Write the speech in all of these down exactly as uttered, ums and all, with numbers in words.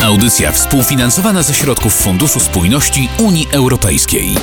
Audycja współfinansowana ze środków Funduszu Spójności Unii Europejskiej.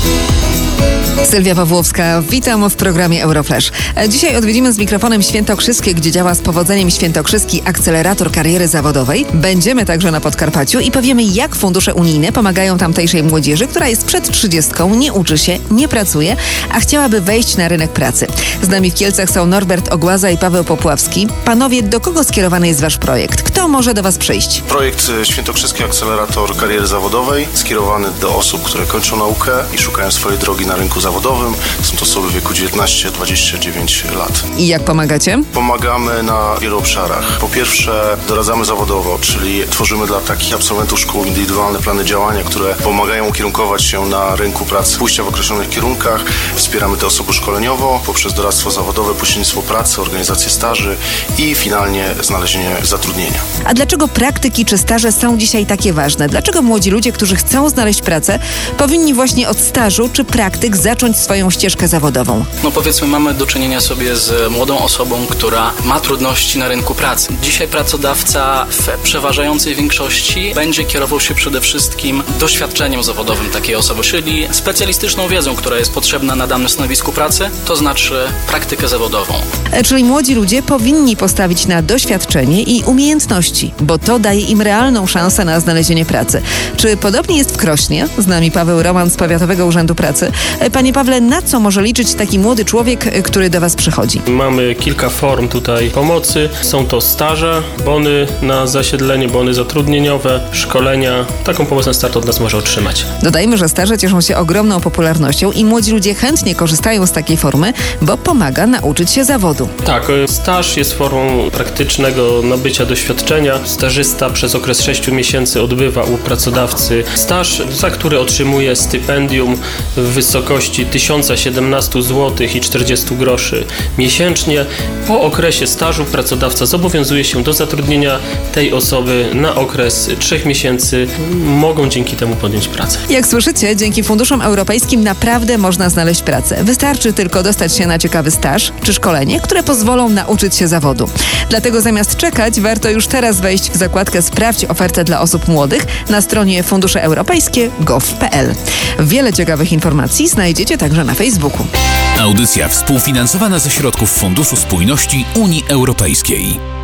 Sylwia Pawłowska, witam w programie Euroflash. Dzisiaj odwiedzimy z mikrofonem Świętokrzyskie, gdzie działa z powodzeniem Świętokrzyski Akcelerator Kariery Zawodowej. Będziemy także na Podkarpaciu i powiemy, jak fundusze unijne pomagają tamtejszej młodzieży, która jest przed trzydziestką, nie uczy się, nie pracuje, a chciałaby wejść na rynek pracy. Z nami w Kielcach są Norbert Ogłaza i Paweł Popławski. Panowie, do kogo skierowany jest wasz projekt? Kto może do was przyjść? Projekt Świętokrzyski Akcelerator Kariery Zawodowej skierowany do osób, które kończą naukę i szukają swojej drogi na rynku zawodowym. Są to osoby w wieku dziewiętnaście do dwudziestu dziewięciu lat. I jak pomagacie? Pomagamy na wielu obszarach. Po pierwsze, doradzamy zawodowo, czyli tworzymy dla takich absolwentów szkół indywidualne plany działania, które pomagają ukierunkować się na rynku pracy, pójścia w określonych kierunkach. Wspieramy te osoby szkoleniowo poprzez doradztwo zawodowe, pośrednictwo pracy, organizację staży i finalnie znalezienie zatrudnienia. A dlaczego praktyki czy staże są dzisiaj takie ważne? Dlaczego młodzi ludzie, którzy chcą znaleźć pracę, powinni właśnie od stażu czy praktyk zacząć swoją ścieżkę zawodową? No powiedzmy, mamy do czynienia sobie z młodą osobą, która ma trudności na rynku pracy. Dzisiaj pracodawca w przeważającej większości będzie kierował się przede wszystkim doświadczeniem zawodowym takiej osoby, czyli specjalistyczną wiedzą, która jest potrzebna na danym stanowisku pracy, to znaczy praktykę zawodową. E, czyli młodzi ludzie powinni postawić na doświadczenie i umiejętności, bo to daje im realną szansę na znalezienie pracy. Czy podobnie jest w Krośnie? Z nami Paweł Roman z Powiatowego Urzędu Pracy. E, Panie Pawle, na co może liczyć taki młody człowiek, który do was przychodzi? Mamy kilka form tutaj pomocy. Są to staże, bony na zasiedlenie, bony zatrudnieniowe, szkolenia. Taką pomoc na start od nas może otrzymać. Dodajmy, że staże cieszą się ogromną popularnością i młodzi ludzie chętnie korzystają z takiej formy, bo pomaga nauczyć się zawodu. Tak, staż jest formą praktycznego nabycia doświadczenia. Stażysta przez okres sześciu miesięcy odbywa u pracodawcy staż, za który otrzymuje stypendium w wysokości tysiąc siedemnaście złotych i czterdzieści groszy miesięcznie. Po okresie stażu pracodawca zobowiązuje się do zatrudnienia tej osoby na okres trzech miesięcy. Mogą dzięki temu podjąć pracę. Jak słyszycie, dzięki funduszom europejskim naprawdę można znaleźć pracę. Wystarczy tylko dostać się na ciekawy staż czy szkolenie, które pozwolą nauczyć się zawodu. Dlatego zamiast czekać, warto już teraz wejść w zakładkę Sprawdź ofertę dla osób młodych na stronie fundusze europejskie kropka gov kropka p l. Wiele ciekawych informacji znajdziecie także na Facebooku. Audycja współfinansowana ze środków Funduszu Spójności Unii Europejskiej.